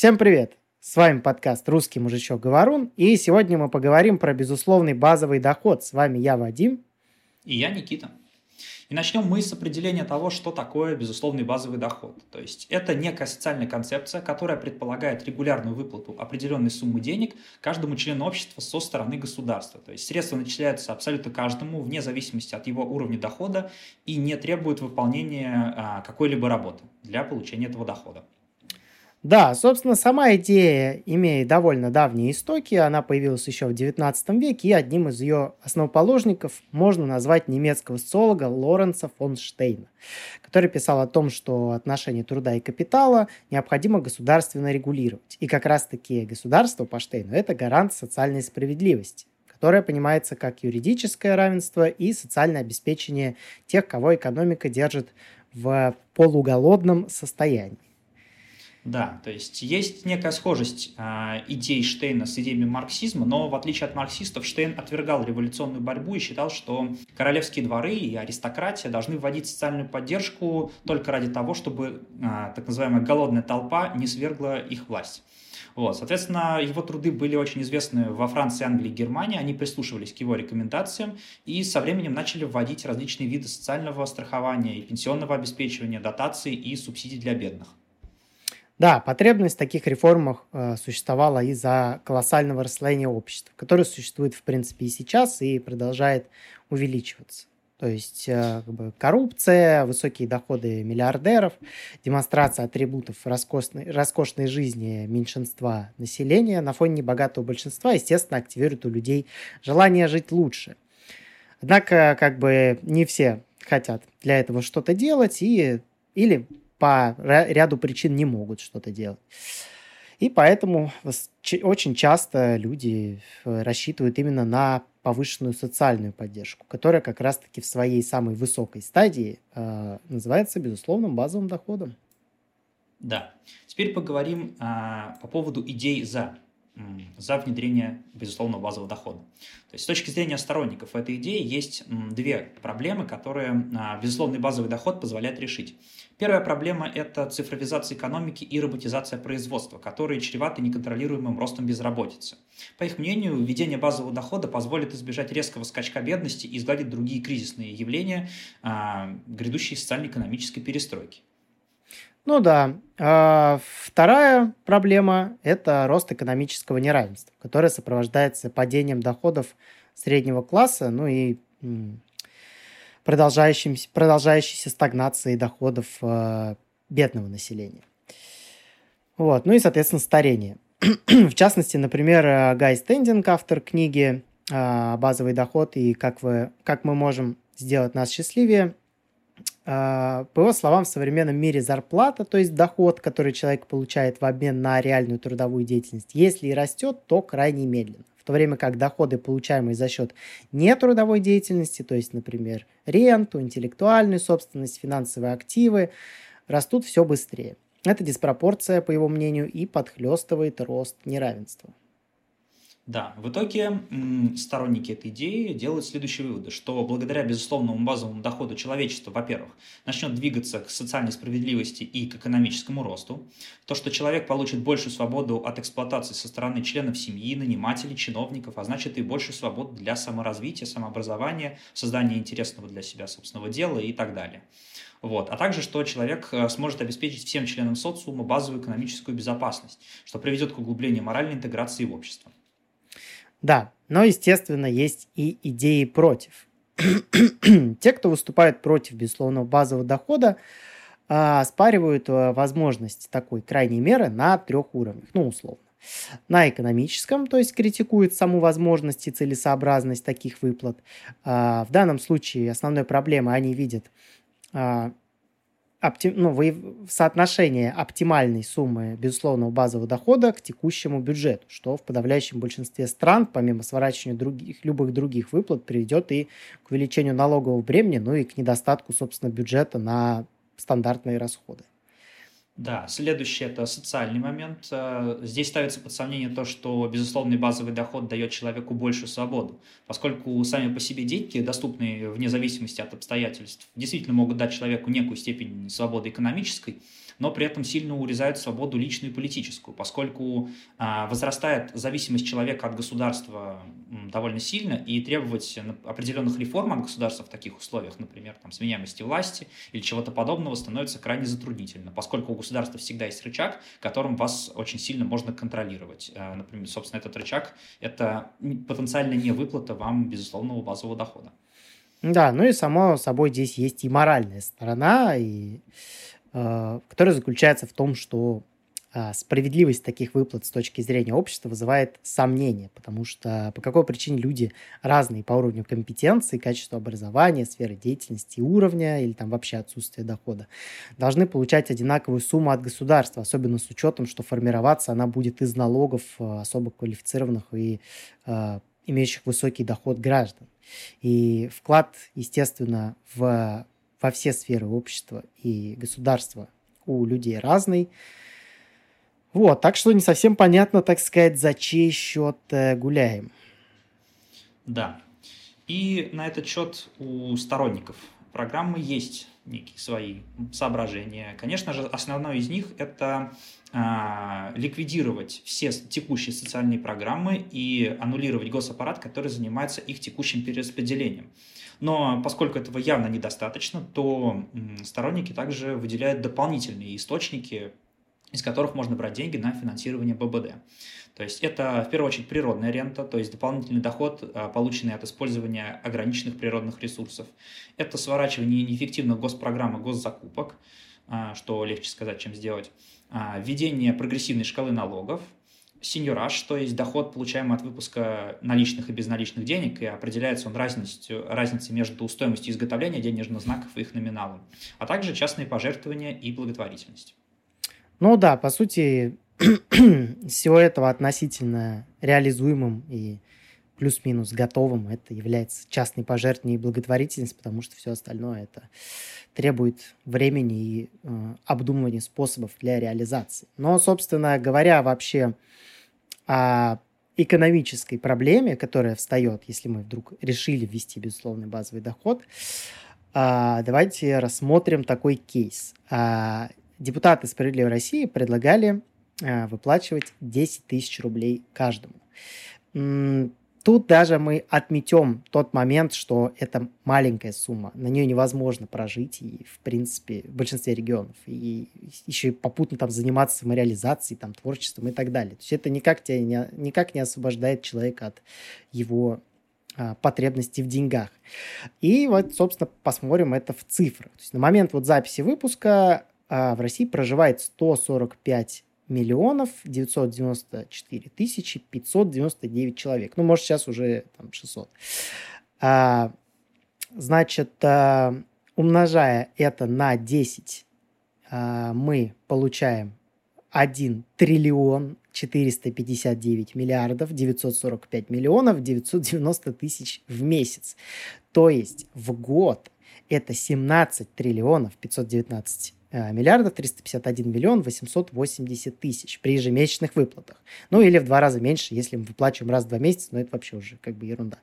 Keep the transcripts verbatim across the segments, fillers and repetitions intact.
Всем привет! С вами подкаст «Русский мужичок Говорун», и сегодня мы поговорим про безусловный базовый доход. С вами я, Вадим. И я, Никита. И начнем мы с определения того, что такое безусловный базовый доход. То есть это некая социальная концепция, которая предполагает регулярную выплату определенной суммы денег каждому члену общества со стороны государства. То есть средства начисляются абсолютно каждому, вне зависимости от его уровня дохода, и не требуют выполнения а, какой-либо работы для получения этого дохода. Да, собственно, сама идея имеет довольно давние истоки. Она появилась еще в девятнадцатом веке, и одним из ее основоположников можно назвать немецкого социолога Лоренца фон Штейна, который писал о том, что отношения труда и капитала необходимо государственно регулировать. И как раз-таки государство, по Штейну, это гарант социальной справедливости, которое понимается как юридическое равенство и социальное обеспечение тех, кого экономика держит в полуголодном состоянии. Да, то есть есть некая схожесть э, идей Штейна с идеями марксизма, но в отличие от марксистов Штейн отвергал революционную борьбу и считал, что королевские дворы и аристократия должны вводить социальную поддержку только ради того, чтобы э, так называемая голодная толпа не свергла их власть. Вот, соответственно, его труды были очень известны во Франции, Англии и Германии, они прислушивались к его рекомендациям и со временем начали вводить различные виды социального страхования и пенсионного обеспечивания, дотаций и субсидий для бедных. Да, потребность в таких реформах э, существовала из-за колоссального расслоения общества, которое существует, в принципе, и сейчас, и продолжает увеличиваться. То есть э, как бы коррупция, высокие доходы миллиардеров, демонстрация атрибутов роскошной, роскошной жизни меньшинства населения на фоне небогатого большинства, естественно, активирует у людей желание жить лучше. Однако, как бы не все хотят для этого что-то делать и, или по ряду причин не могут что-то делать. И поэтому очень часто люди рассчитывают именно на повышенную социальную поддержку, которая как раз-таки в своей самой высокой стадии э, называется безусловным базовым доходом. Да. Теперь поговорим а, по поводу идей за, за внедрение безусловного базового дохода. То есть с точки зрения сторонников этой идеи есть две проблемы, которые а, безусловный базовый доход позволяет решить. Первая проблема – это цифровизация экономики и роботизация производства, которые чреваты неконтролируемым ростом безработицы. По их мнению, введение базового дохода позволит избежать резкого скачка бедности и сгладить другие кризисные явления а, грядущей социально-экономической перестройки. Ну да. А вторая проблема – это рост экономического неравенства, которое сопровождается падением доходов среднего класса, ну и продолжающейся, продолжающейся стагнацией доходов э, бедного населения. Вот. Ну и, соответственно, старение. В частности, например, Гай Стендинг, автор книги э, «Базовый доход» и как, вы, «Как мы можем сделать нас счастливее», э, по его словам, в современном мире зарплата, то есть доход, который человек получает в обмен на реальную трудовую деятельность, если и растет, то крайне медленно. В то время как доходы, получаемые за счет нетрудовой деятельности, то есть, например, ренту, интеллектуальную собственность, финансовые активы, растут все быстрее. Эта диспропорция, по его мнению, и подхлестывает рост неравенства. Да, в итоге м, сторонники этой идеи делают следующие выводы, что благодаря безусловному базовому доходу человечество, во-первых, начнет двигаться к социальной справедливости и к экономическому росту, то, что человек получит большую свободу от эксплуатации со стороны членов семьи, нанимателей, чиновников, а значит и большую свободу для саморазвития, самообразования, создания интересного для себя собственного дела и так далее. Вот. А также, что человек сможет обеспечить всем членам социума базовую экономическую безопасность, что приведет к углублению моральной интеграции в общество. Да, но, естественно, есть и идеи против. Те, кто выступает против безусловного базового дохода, оспаривают возможность такой крайней меры на трех уровнях, ну, условно. На экономическом, то есть критикуют саму возможность и целесообразность таких выплат. В данном случае основной проблемой они видят ну, соотношение оптимальной суммы безусловного базового дохода к текущему бюджету, что в подавляющем большинстве стран, помимо сворачивания других, любых других выплат, приведет и к увеличению налогового бремени, ну и к недостатку, собственно, бюджета на стандартные расходы. Да, следующий – это социальный момент. Здесь ставится под сомнение то, что безусловный базовый доход дает человеку большую свободу, поскольку сами по себе деньги, доступные вне зависимости от обстоятельств, действительно могут дать человеку некую степень свободы экономической, но при этом сильно урезают свободу личную и политическую, поскольку а, возрастает зависимость человека от государства м, довольно сильно, и требовать определенных реформ от государства в таких условиях, например, там, сменяемости власти или чего-то подобного, становится крайне затруднительно, поскольку у государства всегда есть рычаг, которым вас очень сильно можно контролировать. А, например, собственно, этот рычаг – это потенциальная невыплата вам безусловного базового дохода. Да, ну и само собой здесь есть и моральная сторона, и, э, которая заключается в том, что э, справедливость таких выплат с точки зрения общества вызывает сомнения, потому что по какой причине люди разные по уровню компетенции, качеству образования, сферы деятельности, уровня или там вообще отсутствия дохода должны получать одинаковую сумму от государства, особенно с учетом, что формироваться она будет из налогов э, особо квалифицированных и э, имеющих высокий доход граждан. И вклад, естественно, в, во все сферы общества и государства у людей разный. Вот, так что не совсем понятно, так сказать, за чей счет э, гуляем. Да. И на этот счет у сторонников программы есть некие свои соображения. Конечно же, основное из них – это а, ликвидировать все текущие социальные программы и аннулировать госаппарат, который занимается их текущим перераспределением. Но поскольку этого явно недостаточно, то м, сторонники также выделяют дополнительные источники, из которых можно брать деньги на финансирование бэ бэ дэ. То есть это, в первую очередь, природная рента, то есть дополнительный доход, полученный от использования ограниченных природных ресурсов. Это сворачивание неэффективных госпрограмм и госзакупок, что легче сказать, чем сделать. Введение прогрессивной шкалы налогов. Сеньораж, то есть доход, получаемый от выпуска наличных и безналичных денег, и определяется он разницей, разницей между стоимостью изготовления денежных знаков и их номиналом, а также частные пожертвования и благотворительность. Ну да, по сути, всего этого относительно реализуемым и плюс-минус готовым это является частные пожертвования и благотворительность, потому что все остальное это требует времени и э, обдумывания способов для реализации. Но, собственно говоря, вообще о экономической проблеме, которая встает, если мы вдруг решили ввести безусловный базовый доход, э, давайте рассмотрим такой кейс. Э, депутаты «Справедливой России» предлагали э, выплачивать десять тысяч рублей каждому. М- Тут даже мы отметем тот момент, что это маленькая сумма, на нее невозможно прожить, и, в принципе, в большинстве регионов, и еще и попутно там заниматься самореализацией, там, творчеством и так далее. То есть это никак, тебя не, никак не освобождает человека от его а, потребностей в деньгах. И вот, собственно, посмотрим это в цифрах. То есть на момент вот записи выпуска а, в России проживает сто сорок пять миллионов девятьсот девяносто четыре тысячи пятьсот девяносто девять человек. Ну, может, сейчас уже там шестьсот. А, значит, а, умножая это на десять, а, мы получаем один триллион четыреста пятьдесят девять миллиардов девятьсот сорок пять миллионов девятьсот девяносто тысяч в месяц. То есть в год это семнадцать триллионов пятьсот девятнадцать миллиардов триста пятьдесят один миллион восемьсот восемьдесят тысяч при ежемесячных выплатах. Ну, или в два раза меньше, если мы выплачиваем раз в два месяца, но это вообще уже как бы ерунда.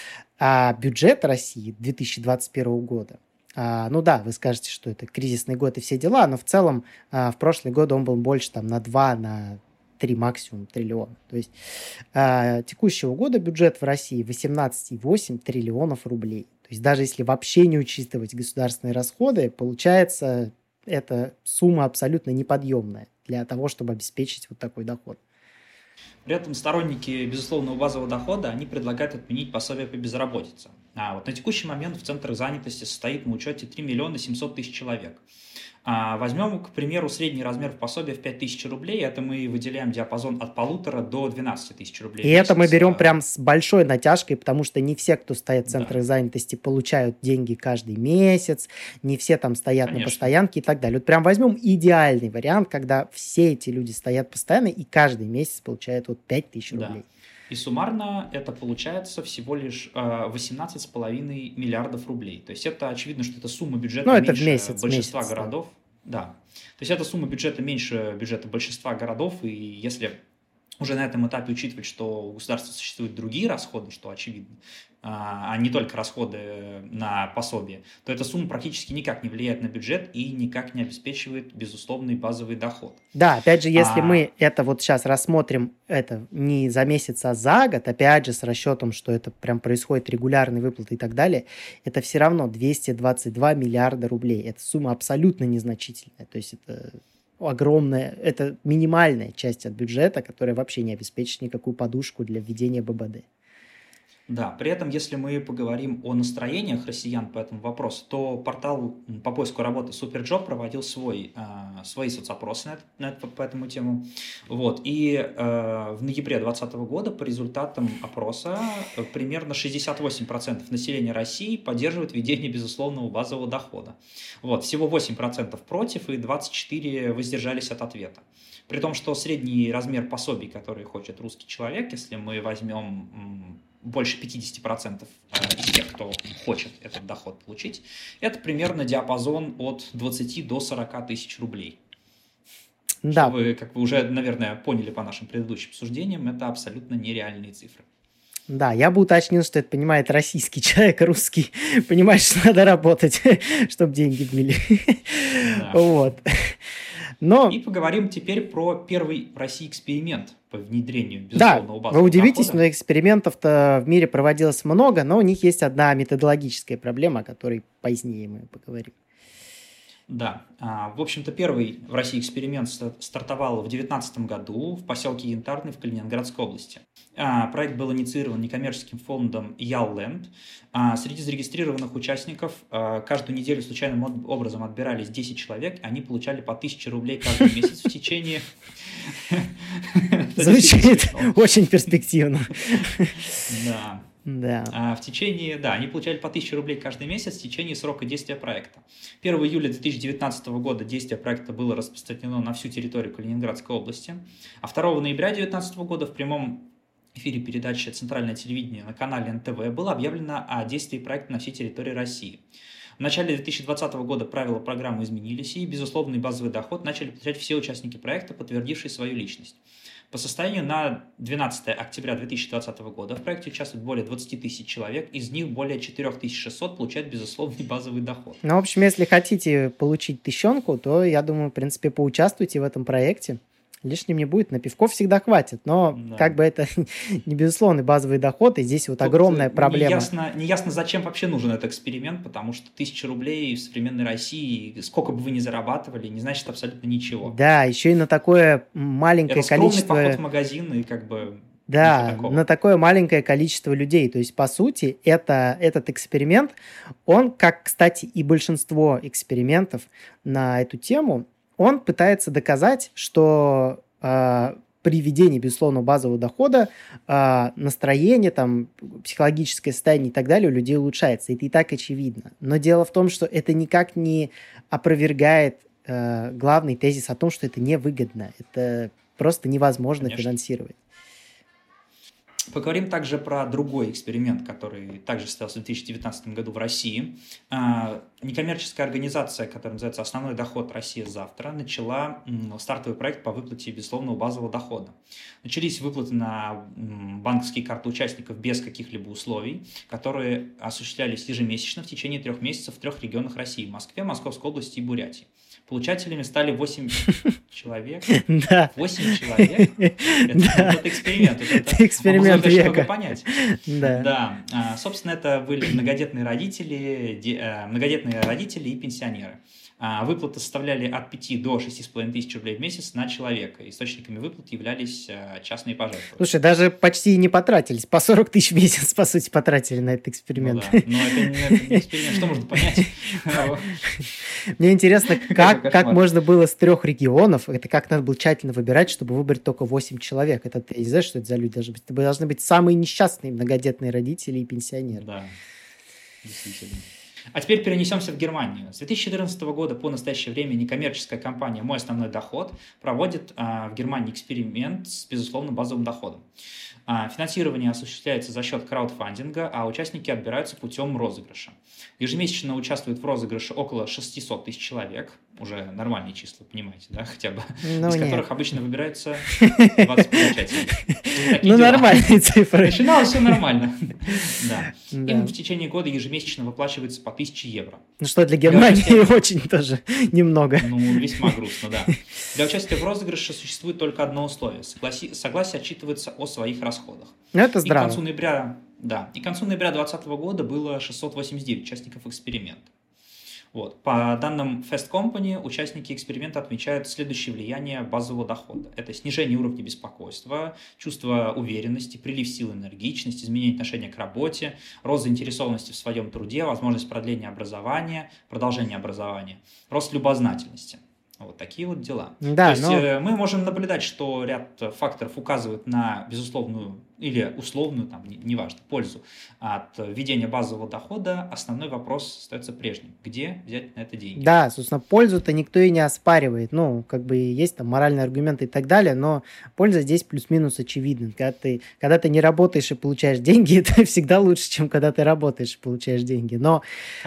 А бюджет России две тысячи двадцать первого года, а, ну да, вы скажете, что это кризисный год и все дела, но в целом а, в прошлые годы он был больше там на два, на три максимум триллиона. То есть а, текущего года бюджет в России восемнадцать целых восемь десятых триллионов рублей. То есть даже если вообще не учитывать государственные расходы, получается... Это сумма абсолютно неподъемная для того, чтобы обеспечить вот такой доход. При этом сторонники безусловного базового дохода, они предлагают отменить пособие по безработице. А вот на текущий момент в центрах занятости состоит на учете три миллиона семьсот тысяч человек. А возьмем, к примеру, средний размер пособия в пять тысяч рублей. Это мы выделяем диапазон от полутора до двенадцати тысяч рублей. И это мы берем прям с большой натяжкой, потому что не все, кто стоят в центрах да. занятости, получают деньги каждый месяц, не все там стоят Конечно. на постоянке и так далее. Вот прям возьмем идеальный вариант, когда все эти люди стоят постоянно и каждый месяц получают вот пять тысяч рублей. Да. И суммарно это получается всего лишь восемнадцать целых пять десятых миллиардов рублей. То есть это очевидно, что это сумма бюджета ну, меньше месяц, большинства месяц, городов. Да. да. То есть это сумма бюджета меньше бюджета большинства городов. И если уже на этом этапе учитывать, что у государства существуют другие расходы, что очевидно, а не только расходы на пособие, то эта сумма практически никак не влияет на бюджет и никак не обеспечивает безусловный базовый доход. Да, опять же, если А, мы это вот сейчас рассмотрим это не за месяц, а за год, опять же, с расчетом, что это прям происходит регулярные выплаты и так далее, это все равно двести двадцать два миллиарда рублей. Это сумма абсолютно незначительная. То есть это огромная, это минимальная часть от бюджета, которая вообще не обеспечит никакую подушку для введения ББД. Да, при этом, если мы поговорим о настроениях россиян по этому вопросу, то портал по поиску работы Superjob проводил свой, э, свои соцопросы на это, на это, по этому тему. Вот. И э, в ноябре две тысячи двадцатого года по результатам опроса примерно шестьдесят восемь процентов населения России поддерживает введение безусловного базового дохода. Вот. Всего восемь процентов против и двадцать четыре процента воздержались от ответа. При том, что средний размер пособий, который хочет русский человек, если мы возьмем больше пятьдесят процентов из тех, кто хочет этот доход получить, это примерно диапазон от двадцати до сорока тысяч рублей. Да. Что вы, как вы уже, наверное, поняли по нашим предыдущим обсуждениям, это абсолютно нереальные цифры. Да, я бы уточнил, что это понимает российский человек, русский понимает, что надо работать, чтобы деньги были. Да. Вот. Но... И поговорим теперь про первый в России эксперимент по внедрению да, безусловного базового вы удивитесь, дохода. но экспериментов-то в мире проводилось много, но у них есть одна методологическая проблема, о которой позднее мы поговорим. Да, в общем-то, первый в России эксперимент стартовал в две тысячи девятнадцатом году в поселке Янтарный в Калининградской области. Проект был инициирован некоммерческим фондом Ялленд. Среди зарегистрированных участников каждую неделю случайным образом отбирались десять человек, они получали по тысяче рублей каждый месяц в течение... Звучит очень перспективно. Да. Да. А в течение, да, они получали по тысяче рублей каждый месяц в течение срока действия проекта. первого июля две тысячи девятнадцатого года действие проекта было распространено на всю территорию Калининградской области, а второго ноября две тысячи девятнадцатого года в прямом эфире передачи «Центральное телевидение» на канале эн тэ вэ было объявлено о действии проекта на всей территории России. В начале две тысячи двадцатого года правила программы изменились, и безусловный базовый доход начали получать все участники проекта, подтвердившие свою личность. По состоянию на двенадцатое октября две тысячи двадцатого года в проекте участвует более двадцати тысяч человек, из них более четыре тысячи шестьсот получают безусловный базовый доход. Ну, в общем, если хотите получить тыщенку, то, я думаю, в принципе, поучаствуйте в этом проекте. Лишним не будет, на пивко всегда хватит, но да. Как бы это не безусловный базовый доход, и здесь вот Тут огромная проблема. Неясно, неясно, зачем вообще нужен этот эксперимент, потому что тысяча рублей в современной России, сколько бы вы ни зарабатывали, не значит абсолютно ничего. Да, еще и на такое маленькое это количество... Это поход в магазин и как бы... Да, на такое маленькое количество людей. То есть, по сути, это, этот эксперимент, он, как, кстати, и большинство экспериментов на эту тему, он пытается доказать, что э, при введении безусловного базового дохода э, настроение, там, психологическое состояние и так далее у людей улучшается. Это и так очевидно. Но дело в том, что это никак не опровергает э, главный тезис о том, что это невыгодно. Это просто невозможно Конечно. Финансировать. Поговорим также про другой эксперимент, который также состоялся в две тысячи девятнадцатом году в России. Некоммерческая организация, которая называется «Основной доход Россия завтра», начала стартовый проект по выплате безусловного базового дохода. Начались выплаты на банковские карты участников без каких-либо условий, которые осуществлялись ежемесячно в течение трех месяцев в трех регионах России – Москве, Московской области и Бурятии. Получателями стали восемь человек. Да. восемь человек? Это эксперимент. Это эксперимент века. Много понять. Да. Собственно, это были многодетные родители, многодетные родители и пенсионеры. Выплаты составляли от пяти до шести с половиной тысяч рублей в месяц на человека. Источниками выплат являлись частные пожертвования. Слушай, даже почти не потратились. По сорок тысяч в месяц, по сути, потратили на этот эксперимент. Ну, да. Но это не, это не эксперимент. Что можно понять? Мне интересно, как, как можно было с трех регионов, это как надо было тщательно выбирать, чтобы выбрать только восемь человек. Это ты не знаешь, что это за люди должны быть? Это должны быть самые несчастные многодетные родители и пенсионеры. Да, действительно. А теперь перенесемся в Германию. С две тысячи четырнадцатого года по настоящее время некоммерческая компания «Мой основной доход» проводит а, в Германии эксперимент с безусловным базовым доходом. А, финансирование осуществляется за счет краудфандинга, а участники отбираются путем розыгрыша. Ежемесячно участвует в розыгрыше около шестьсот тысяч человек. уже нормальные числа, понимаете, да, хотя бы, ну, из нет. которых обычно выбирается двадцать получателей. Ну, нормальные цифры. Начиналось все нормально. Да. Да. Им в течение года ежемесячно выплачивается по тысяче евро. Ну, что для Германии очень тоже немного. Ну, весьма грустно, да. Для участия в розыгрыше существует только одно условие. Согласи... Согласие отчитывается о своих расходах. Ну, это И к здраво. концу ноября, да, и к концу ноября две тысячи двадцатого года было шестьсот восемьдесят девять участников эксперимента. Вот. По данным Fast Company, участники эксперимента отмечают следующее влияние базового дохода. Это снижение уровня беспокойства, чувство уверенности, прилив сил и энергичности, изменение отношения к работе, рост заинтересованности в своем труде, возможность продления образования, продолжения образования, рост любознательности. Вот такие вот дела. Да, То есть но... мы можем наблюдать, что ряд факторов указывают на безусловную или условную, там, неважно, пользу от введения базового дохода. Основной вопрос остается прежним. Где взять на это деньги? Да, собственно, пользу-то никто и не оспаривает. Ну, как бы есть там моральные аргументы и так далее, но польза здесь плюс-минус очевидна. Когда ты, когда ты не работаешь и получаешь деньги, это всегда лучше, чем когда ты работаешь и получаешь деньги. Но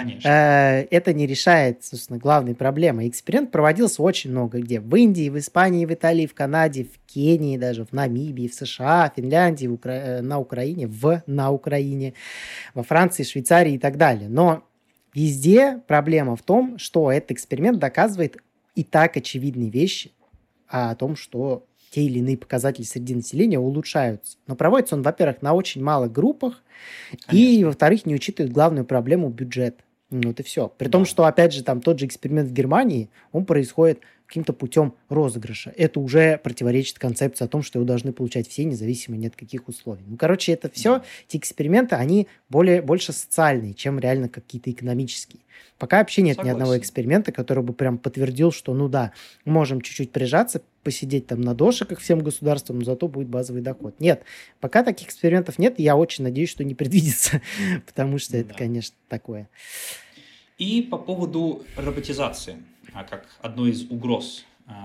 э, это не решает, собственно, главной проблемы. Эксперимент проводился очень много где. В Индии, в Испании, в Италии, в Канаде, в Кении, даже в Намибии, в США, в Финляндии, в Укра... на Украине, в на Украине, во Франции, Швейцарии и так далее. Но везде проблема в том, что этот эксперимент доказывает и так очевидные вещи о том, что те или иные показатели среди населения улучшаются. Но проводится он, во-первых, на очень малых группах, конечно. И, во-вторых, не учитывает главную проблему бюджета. Вот и все. При да. том, что, опять же, там тот же эксперимент в Германии, он происходит каким-то путем розыгрыша. Это уже противоречит концепции о том, что его должны получать все, независимо ни от каких условий. Ну, короче, это все, эти эксперименты, они более, больше социальные, чем реально какие-то экономические. Пока вообще нет Согласен. Ни одного эксперимента, который бы прям подтвердил, что, ну да, можем чуть-чуть прижаться, посидеть там на дошиках всем государствам, но зато будет базовый доход. Нет, пока таких экспериментов нет, и я очень надеюсь, что не предвидится, потому что да. это, конечно, такое. И по поводу роботизации, как одной из угроз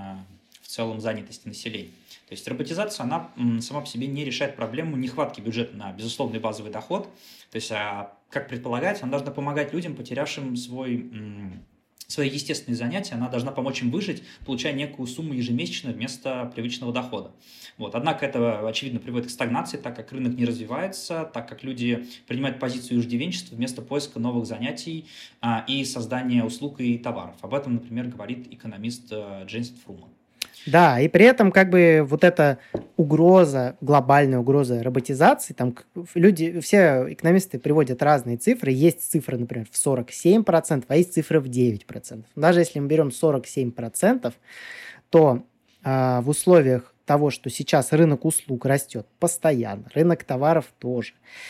в целом занятости населения. То есть роботизация, она сама по себе не решает проблему нехватки бюджета на безусловный базовый доход. То есть, как предполагается, она должна помогать людям, потерявшим свой, свои естественные занятия, она должна помочь им выжить, получая некую сумму ежемесячно вместо привычного дохода. Вот. Однако это, очевидно, приводит к стагнации, так как рынок не развивается, так как люди принимают позицию иждивенчества вместо поиска новых занятий а, и создания услуг и товаров. Об этом, например, говорит экономист а, Джейсон Фруман. Да, и при этом как бы вот эта угроза, глобальная угроза роботизации, там люди, все экономисты приводят разные цифры. Есть цифры, например, в сорок семь процентов, а есть цифры в девять процентов. Даже если мы берем сорок семь процентов, то а, в условиях того, что сейчас рынок услуг растет постоянно, рынок товаров тоже,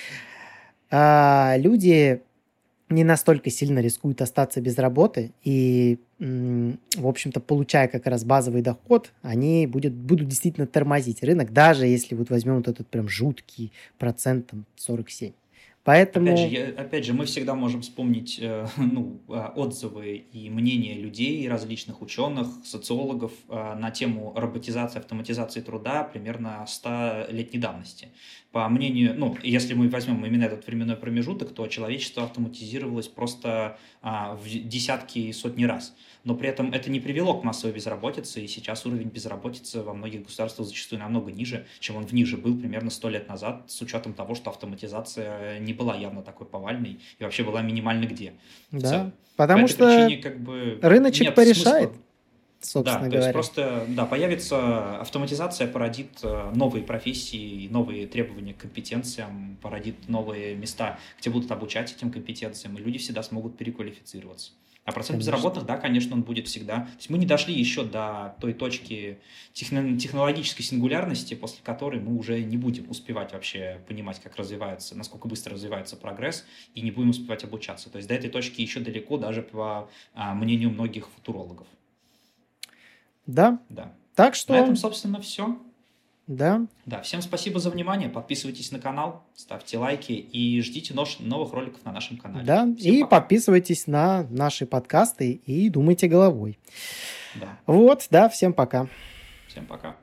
а, люди не настолько сильно рискуют остаться без работы, и, в общем-то, получая как раз базовый доход, они будет, будут действительно тормозить рынок, даже если вот возьмем вот этот прям жуткий процент, там, сорок семь. Поэтому... Опять же, я, опять же, мы всегда можем вспомнить э, ну, отзывы и мнения людей, различных ученых, социологов э, на тему роботизации, автоматизации труда примерно столетней давности. По мнению, ну, если мы возьмем именно этот временной промежуток, то человечество автоматизировалось просто а, в десятки и сотни раз. Но при этом это не привело к массовой безработице, и сейчас уровень безработицы во многих государствах зачастую намного ниже, чем он в них же был примерно сто лет назад, с учетом того, что автоматизация не была явно такой повальной и вообще была минимально где. Да, потому что причине, как бы, рыночек порешает. Смысла. Собственно да, говоря. То есть просто да, появится автоматизация, породит новые профессии, новые требования к компетенциям, породит новые места, где будут обучать этим компетенциям, и люди всегда смогут переквалифицироваться. А процент конечно. Безработных, да, конечно, он будет всегда. То есть мы не дошли еще до той точки техно- технологической сингулярности, после которой мы уже не будем успевать вообще понимать, как развивается, насколько быстро развивается прогресс, и не будем успевать обучаться. То есть до этой точки еще далеко, даже по а, мнению многих футурологов. Да. Да. Так что... На этом, собственно, все. Да. Да. Всем спасибо за внимание. Подписывайтесь на канал, ставьте лайки и ждите новых роликов на нашем канале. Да. Всем и пока. Подписывайтесь на наши подкасты и думайте головой. Да. Вот, да, всем пока. Всем пока.